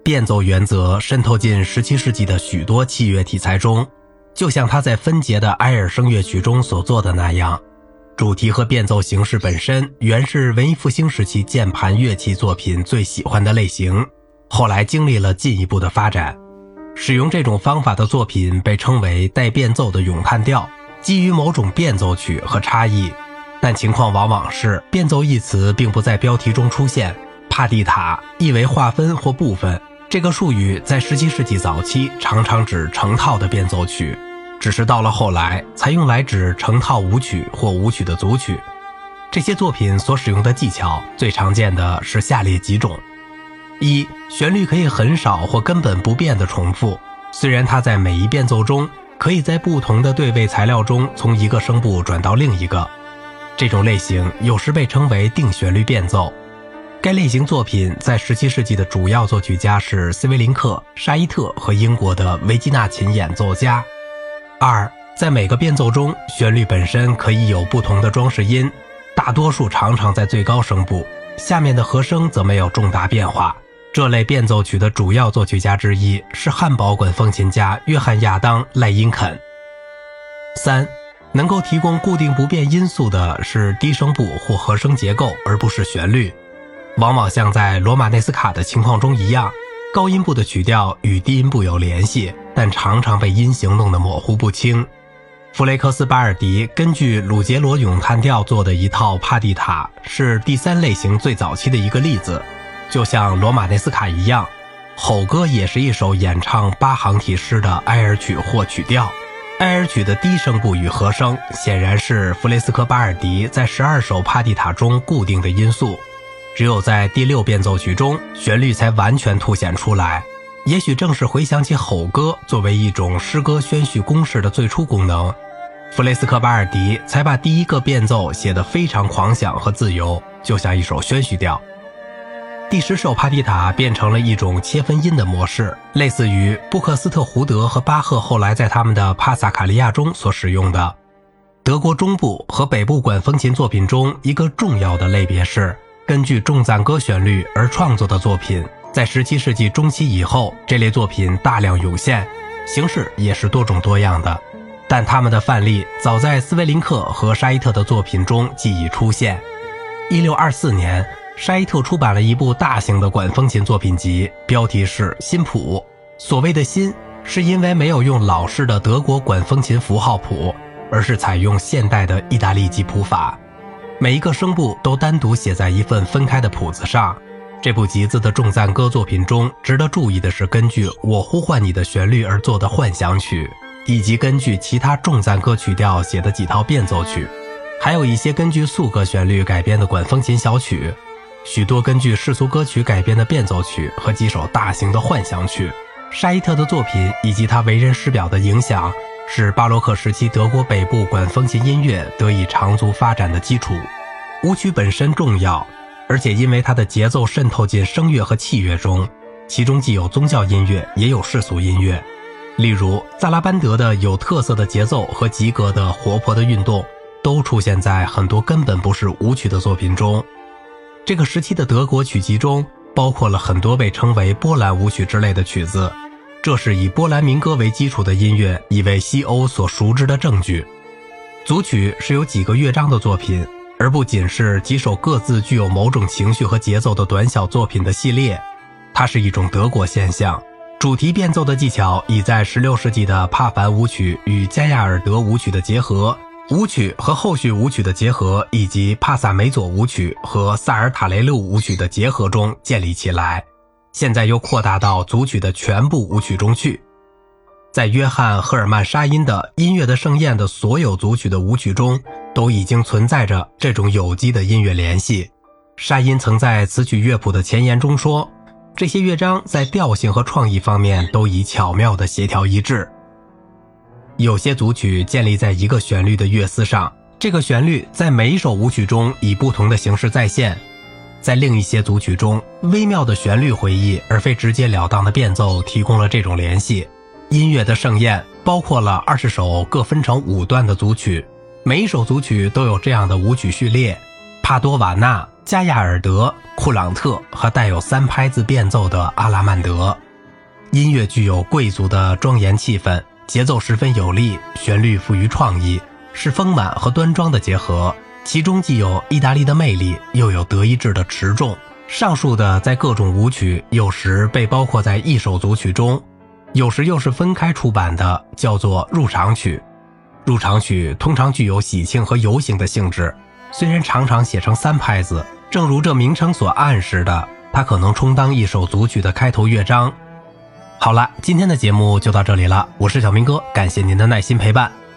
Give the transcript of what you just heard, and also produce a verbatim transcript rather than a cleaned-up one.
变奏原则渗透进十七世纪的许多器乐题材中，就像他在分节的埃尔声乐曲中所做的那样。主题和变奏形式本身原是文艺复兴时期键盘乐器作品最喜欢的类型，后来经历了进一步的发展。使用这种方法的作品被称为带变奏的咏叹调，基于某种变奏曲和差异，但情况往往是变奏一词并不在标题中出现。帕蒂塔意为划分或部分，这个术语在十七世纪早期常常指成套的变奏曲，只是到了后来才用来指成套舞曲或舞曲的组曲。这些作品所使用的技巧最常见的是下列几种：一、旋律可以很少或根本不变的重复，虽然它在每一变奏中可以在不同的对位材料中从一个声部转到另一个。这种类型有时被称为定旋律变奏。该类型作品在十七世纪的主要作曲家是斯威林克、沙伊特和英国的维基纳琴演奏家。二、在每个变奏中，旋律本身可以有不同的装饰音，大多数常常在最高声部，下面的和声则没有重大变化。这类变奏曲的主要作曲家之一是汉堡管风琴家约翰亚当·赖因肯。三、能够提供固定不变因素的是低声部或和声结构，而不是旋律。往往像在罗马内斯卡的情况中一样，高音部的曲调与低音部有联系，但常常被音型弄得模糊不清。弗雷克斯巴尔迪根据鲁杰罗咏叹调做的一套帕蒂塔是第三类型最早期的一个例子。就像罗马内斯卡一样，吼歌也是一首演唱八行体诗的埃尔曲或曲调。埃尔曲的低声部与和声显然是弗雷斯科巴尔迪在十二首帕蒂塔中固定的因素，只有在第六变奏曲中，旋律才完全凸显出来。也许正是回想起吼歌作为一种诗歌宣叙公式的最初功能，弗雷斯科巴尔迪才把第一个变奏写得非常狂想和自由，就像一首宣叙调。第十首帕蒂塔变成了一种切分音的模式，类似于布克斯特胡德和巴赫后来在他们的帕萨卡利亚中所使用的。德国中部和北部管风琴作品中一个重要的类别是根据重赞歌旋律而创作的作品。在十七世纪中期以后，这类作品大量涌现，形式也是多种多样的，但他们的范例早在斯威林克和沙伊特的作品中即已出现。一六二四年，沙伊特出版了一部大型的管风琴作品集，标题是新谱。所谓的新，是因为没有用老式的德国管风琴符号谱，而是采用现代的意大利吉谱法，每一个声部都单独写在一份分开的谱子上。这部集子的重赞歌作品中值得注意的是根据我呼唤你的旋律而做的幻想曲，以及根据其他重赞歌曲调写的几套变奏曲，还有一些根据速歌旋律改编的管风琴小曲，许多根据世俗歌曲改编的变奏曲和几首大型的幻想曲。沙伊特的作品以及他为人师表的影响是巴洛克时期德国北部管风琴音乐得以长足发展的基础。舞曲本身重要，而且因为它的节奏渗透进声乐和器乐中，其中既有宗教音乐也有世俗音乐。例如萨拉班德的有特色的节奏和吉格的活泼的运动都出现在很多根本不是舞曲的作品中。这个时期的德国曲集中包括了很多被称为波兰舞曲之类的曲子，这是以波兰民歌为基础的音乐已为西欧所熟知的证据。组曲是由几个乐章的作品，而不仅是几首各自具有某种情绪和节奏的短小作品的系列。它是一种德国现象。主题变奏的技巧已在十六世纪的帕凡舞曲与加亚尔德舞曲的结合，舞曲和后续舞曲的结合，以及帕萨梅佐舞曲和萨尔塔雷路舞曲的结合中建立起来，现在又扩大到组曲的全部舞曲中去。在约翰·赫尔曼沙因的音乐的盛宴的所有组曲的舞曲中都已经存在着这种有机的音乐联系。沙因曾在词曲乐谱的前言中说，这些乐章在调性和创意方面都已巧妙地协调一致。有些组曲建立在一个旋律的乐思上，这个旋律在每一首舞曲中以不同的形式再现。在另一些组曲中，微妙的旋律回忆而非直截了当的变奏提供了这种联系。音乐的盛宴包括了二十首各分成五段的组曲，每一首组曲都有这样的舞曲序列：帕多瓦纳、 加亚尔德、库朗特和带有三拍子变奏的阿拉曼德。音乐具有贵族的庄严气氛，节奏十分有力，旋律富于创意，是丰满和端庄的结合，其中既有意大利的魅力，又有德意志的持重。上述的在各种舞曲有时被包括在一首组曲中，有时又是分开出版的，叫做入场曲。入场曲通常具有喜庆和游行的性质，虽然常常写成三拍子，正如这名称所暗示的，它可能充当一首组曲的开头乐章。好了，今天的节目就到这里了，我是小明哥，感谢您的耐心陪伴，